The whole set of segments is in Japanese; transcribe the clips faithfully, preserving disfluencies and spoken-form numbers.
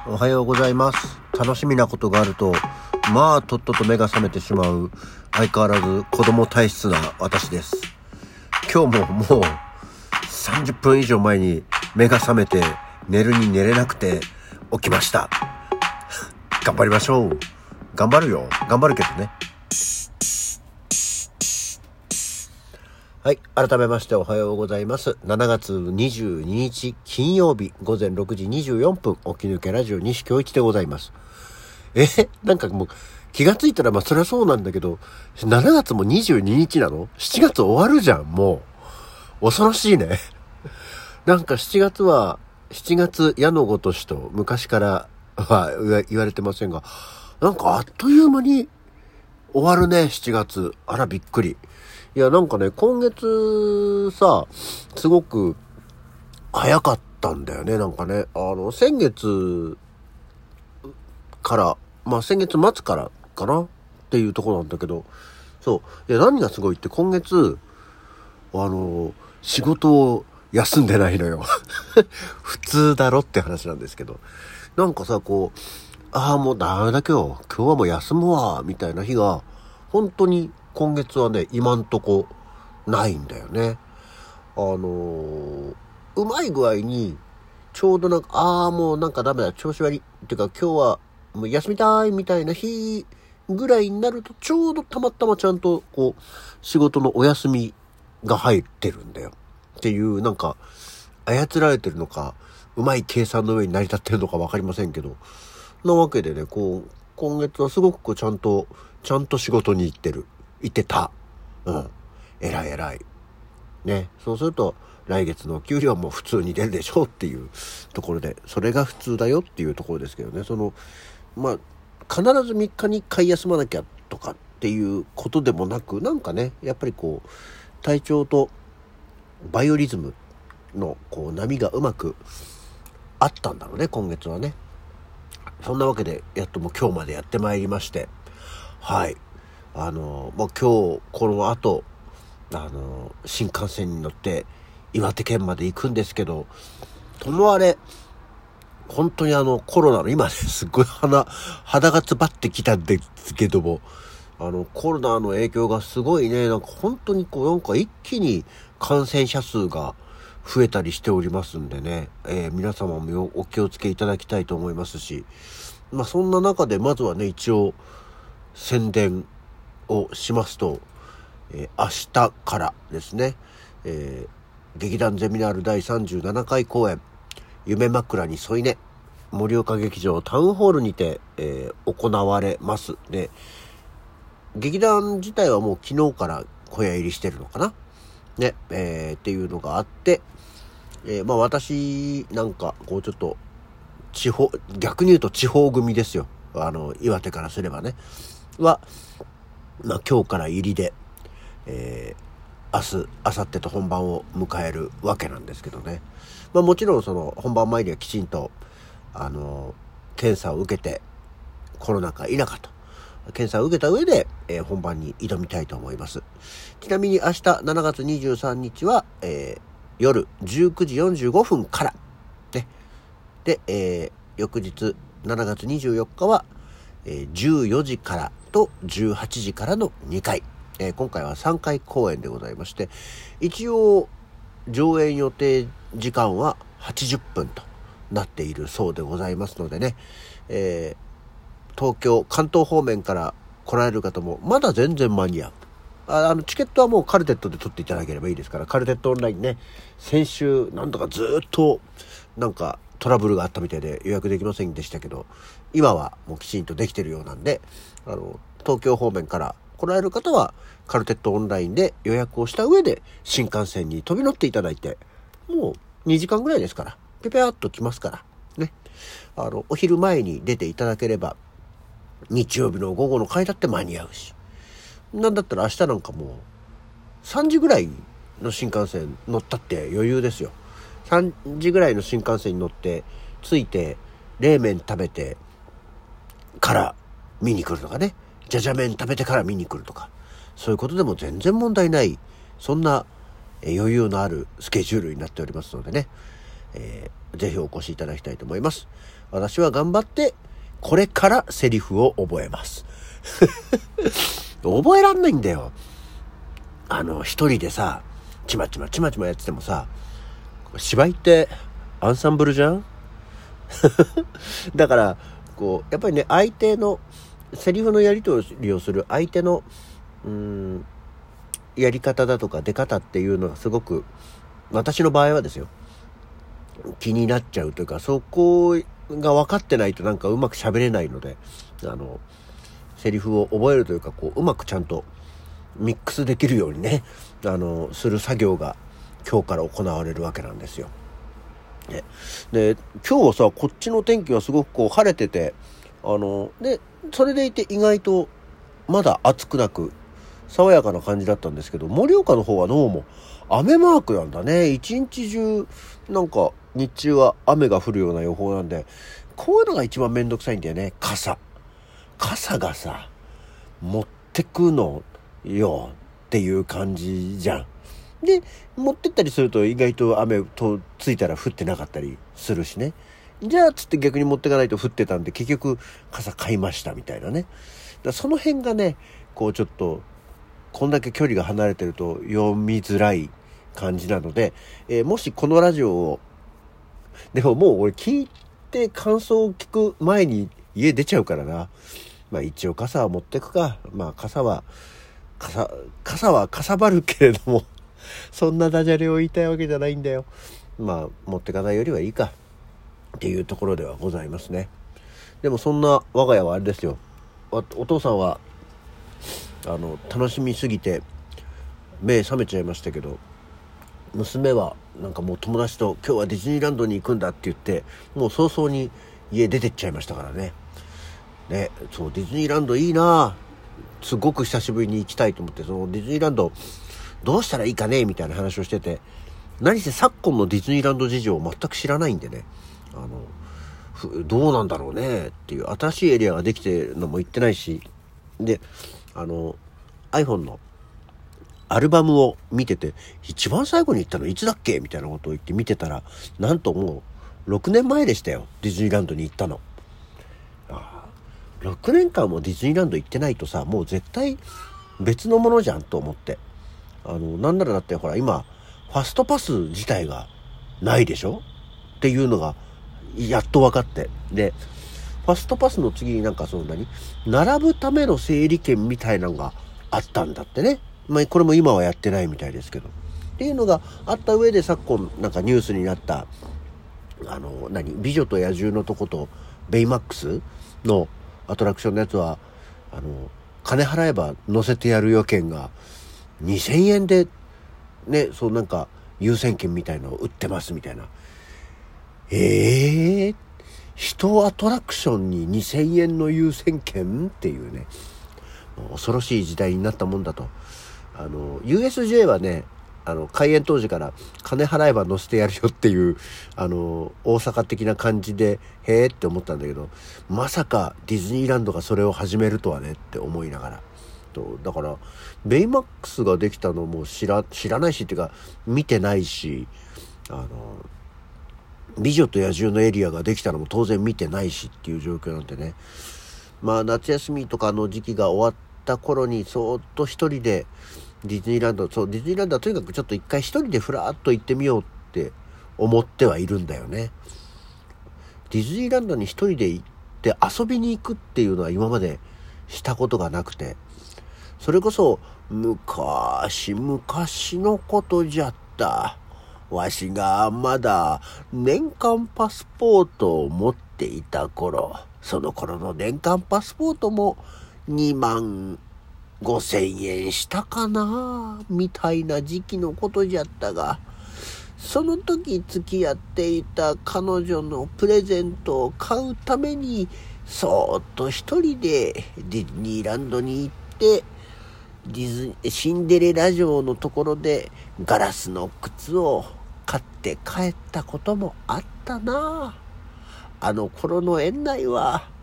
おはようございます。楽しみなことがあるとまあとっとと目が覚めてしまう相変わらず子供体質な私です。今日ももうさんじゅっぷん以上前に目が覚めて寝るに寝れなくて起きました。頑張りましょう。頑張るよ。頑張るけどね。はい、改めましておはようございます。しちがつにじゅうににち金曜日午前ろくじにじゅうよんぷん、起き抜けラジオ西京一でございます。えなんかもう気がついたらまあそりゃそうなんだけど、しちがつもにじゅうににちなの？ しち 月終わるじゃん。もう恐ろしいね。なんかしちがつはしちがつ矢のごとしと昔からは言われてませんが、なんかあっという間に終わるね。しちがつ、あらびっくり。いやなんかね、今月さすごく早かったんだよね。なんかね、あの先月からまあ先月末からかなっていうところなんだけど、そういや何がすごいって、今月あの仕事を休んでないのよ。普通だろって話なんですけど、なんかさこうああもうダメだ今日今日はもう休むわみたいな日が本当に今月はね今んとこないんだよね。あのー、うまい具合にちょうどなんかああもうなんかダメだ調子悪いっていうか今日はもう休みたいみたいな日ぐらいになると、ちょうどたまたまちゃんとこう仕事のお休みが入ってるんだよっていう、なんか操られてるのかうまい計算の上に成り立ってるのか分かりませんけど、なわけでね、こう今月はすごくこうちゃんとちゃんと仕事に行ってる行ってたうん偉い偉いね。そうすると来月の給料も普通に出るでしょうっていうところで、それが普通だよっていうところですけどね。そのまあ必ずみっかにいっかい休まなきゃとかっていうことでもなく、なんかねやっぱりこう体調とバイオリズムのこう波がうまくあったんだろうね今月はね。そんなわけでやっともう今日までやってまいりまして、はいあのもう今日この後あの新幹線に乗って岩手県まで行くんですけど、ともあれ本当にあのコロナの今ねすっごい鼻肌がつばってきたんですけども、あのコロナの影響がすごいね、なんか本当にこうなんか一気に感染者数が増えたりしておりますんでね、えー、皆様もお気をつけいただきたいと思いますし、まあそんな中でまずはね一応宣伝をしますと、えー、明日からですね、えー、劇団ゼミナールだいさんじゅうななかい公演夢枕に添い寝、盛岡劇場タウンホールにて、えー、行われますね。劇団自体はもう昨日から小屋入りしてるのかなね、えー、っていうのがあって、えー、まあ私なんかこうちょっと地方、逆に言うと地方組ですよ。あの岩手からすればねは、まあ今日から入りで、えー、明日明後日と本番を迎えるわけなんですけどね。まあもちろんその本番前にはきちんとあの検査を受けてコロナか否かと検査を受けた上で、えー、本番に挑みたいと思います。ちなみに明日しちがつにじゅうさんにちは、えー、夜じゅうくじよんじゅうごふんからね。で、えー、翌日しちがつにじゅうよっかは、えー、じゅうよじからとじゅうはちじからのにかい、えー、今回はさんかい公演でございまして、一応上演予定時間ははちじゅっぷんとなっているそうでございますのでね、えー東京関東方面から来られる方もまだ全然間に合う。ああのチケットはもうカルテットで取っていただければいいですから、カルテットオンラインね、先週なんとかずっとなんかトラブルがあったみたいで予約できませんでしたけど、今はもうきちんとできてるようなんで、あの東京方面から来られる方はカルテットオンラインで予約をした上で新幹線に飛び乗っていただいて、もうにじかんぐらいですからペペアっと来ますからね、あのお昼前に出ていただければ日曜日の午後の回だって間に合うし、なんだったら明日なんかもうさんじぐらいの新幹線乗ったって余裕ですよ。さんじぐらいの新幹線に乗って着いて冷麺食べてから見に来るとかね、じゃじゃ麺食べてから見に来るとか、そういうことでも全然問題ない、そんな余裕のあるスケジュールになっておりますのでね、 えー、ぜひお越しいただきたいと思います。私は頑張ってこれからセリフを覚えます覚えらんないんだよ。あの一人でさちまちまちまちまやっててもさ、芝居ってアンサンブルじゃんだからこうやっぱりね、相手のセリフのやり取りをする相手のうーんやり方だとか出方っていうのがすごく、私の場合はですよ、気になっちゃうというか、そこが分かってないとなんかうまく喋れないので、あのセリフを覚えるというか、こううまくちゃんとミックスできるようにね、あのする作業が今日から行われるわけなんですよ。で, で今日はさ、こっちの天気はすごくこう晴れてて、あのでそれでいて意外とまだ暑くなく爽やかな感じだったんですけど、盛岡の方はどうも雨マークなんだね。一日中なんか日中は雨が降るような予報なんで、こういうのが一番めんどくさいんだよね。傘傘がさ、持ってくのよっていう感じじゃん。で持ってったりすると意外と雨とついたら降ってなかったりするしね。じゃあつって逆に持ってかないと降ってたんで、結局傘買いましたみたいなね。だその辺がね、こうちょっとこんだけ距離が離れてると読みづらい感じなので、えー、もしこのラジオを、でももう俺聞いて感想を聞く前に家出ちゃうからな。まあ一応傘は持ってくか。まあ傘は傘傘はかさばるけれどもそんなダジャレを言いたいわけじゃないんだよ。まあ持ってかないよりはいいかっていうところではございますね。でもそんな我が家はあれですよ、お父さんはあの楽しみすぎて目覚めちゃいましたけど、娘はなんかもう友達と今日はディズニーランドに行くんだって言って、もう早々に家出てっちゃいましたからね。ね、そうディズニーランドいいな、すごく久しぶりに行きたいと思って、そのディズニーランドどうしたらいいかねみたいな話をしてて、何せ昨今のディズニーランド事情を全く知らないんでね、あのどうなんだろうねっていう、新しいエリアができてるのも行ってないし、であの iPhone のアルバムを見てて、一番最後に行ったのいつだっけみたいなことを言って見てたら、なんともうろくねんまえでしたよ、ディズニーランドに行ったの。あろくねんかんもディズニーランド行ってないとさ、もう絶対別のものじゃんと思って、あのなんならだってほら今ファストパス自体がないでしょっていうのがやっと分かって、でファストパスの次になんかその何並ぶための整理券みたいなのがあったんだってね。まあこれも今はやってないみたいですけど、っていうのがあった上で、昨今なんかニュースになったあの何美女と野獣のとことベイマックスのアトラクションのやつは、あの金払えば乗せてやるよ券がにせんえんでね、そうなんか優先券みたいのを売ってますみたいな。ええー、一アトラクションににせんえんの優先券っていうね、恐ろしい時代になったもんだと。あの ユーエスジェー はね、あの開園当時から金払えば乗せてやるよっていう、あの大阪的な感じでへーって思ったんだけど、まさかディズニーランドがそれを始めるとはねって思いながらと、だからベイマックスができたのも知ら知らないしっていうか見てないし、あの美女と野獣のエリアができたのも当然見てないしっていう状況なんでね。まあ夏休みとかの時期が終わった頃にそーっと一人でディズニーランド、そうディズニーランドはとにかくちょっと一回一人でふらっと行ってみようって思ってはいるんだよね。ディズニーランドに一人で行って遊びに行くっていうのは今までしたことがなくて、それこそ昔昔のことじゃった。わしがまだ年間パスポートを持っていた頃、その頃の年間パスポートもにまんごせんえんしたかなみたいな時期のことじゃったが、その時付き合っていた彼女のプレゼントを買うためにそーっと一人でディズニーランドに行って、ディズシンデレラ城のところでガラスの靴を買って帰ったこともあったな。あの頃の園内は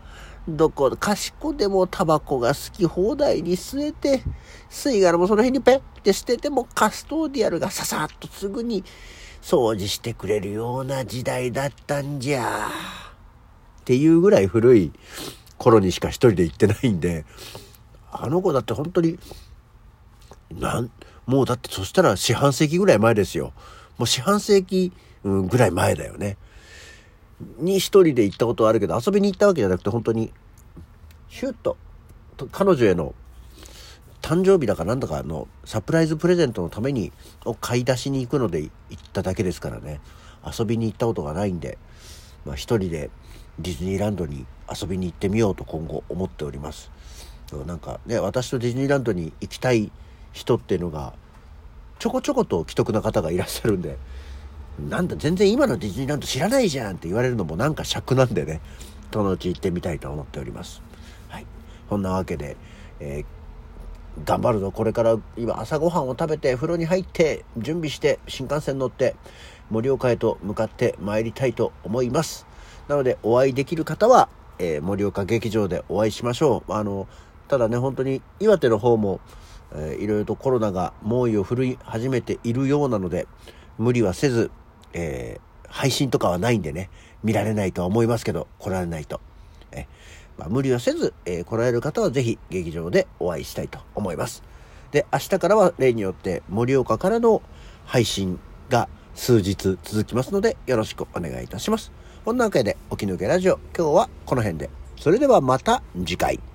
どこ、賢でもタバコが好き放題に吸えて、吸い殻もその辺にペッて捨ててもカストーディアルがささっとすぐに掃除してくれるような時代だったんじゃ。っていうぐらい古い頃にしか一人で行ってないんで、あの子だって本当に、なん、もうだってそしたら四半世紀ぐらい前ですよ。もう四半世紀、うん、ぐらい前だよね。に一人で行ったことはあるけど、遊びに行ったわけじゃなくて、本当にシュッと彼女への誕生日だかなんだかのサプライズプレゼントのためにを買い出しに行くので行っただけですからね。遊びに行ったことがないんで、まあ一人でディズニーランドに遊びに行ってみようと今後思っております。なんかね、私とディズニーランドに行きたい人っていうのがちょこちょこと既得な方がいらっしゃるんで、なんだ全然今のディズニーランド知らないじゃんって言われるのもなんか尺なんでね、そのうち行ってみたいと思っております。はい、そんなわけで、えー、頑張るぞ。これから今朝ごはんを食べて風呂に入って準備して新幹線乗って盛岡へと向かって参りたいと思います。なのでお会いできる方は、えー、盛岡劇場でお会いしましょう。あのただね、本当に岩手の方も、えー、いろいろとコロナが猛威を振るい始めているようなので、無理はせず、えー、配信とかはないんでね、見られないとは思いますけど、来られないと。えまあ、無理はせず、えー、来られる方はぜひ劇場でお会いしたいと思います。で、明日からは例によって盛岡からの配信が数日続きますので、よろしくお願いいたします。こんなわけで、起き抜けラジオ、今日はこの辺で。それではまた次回。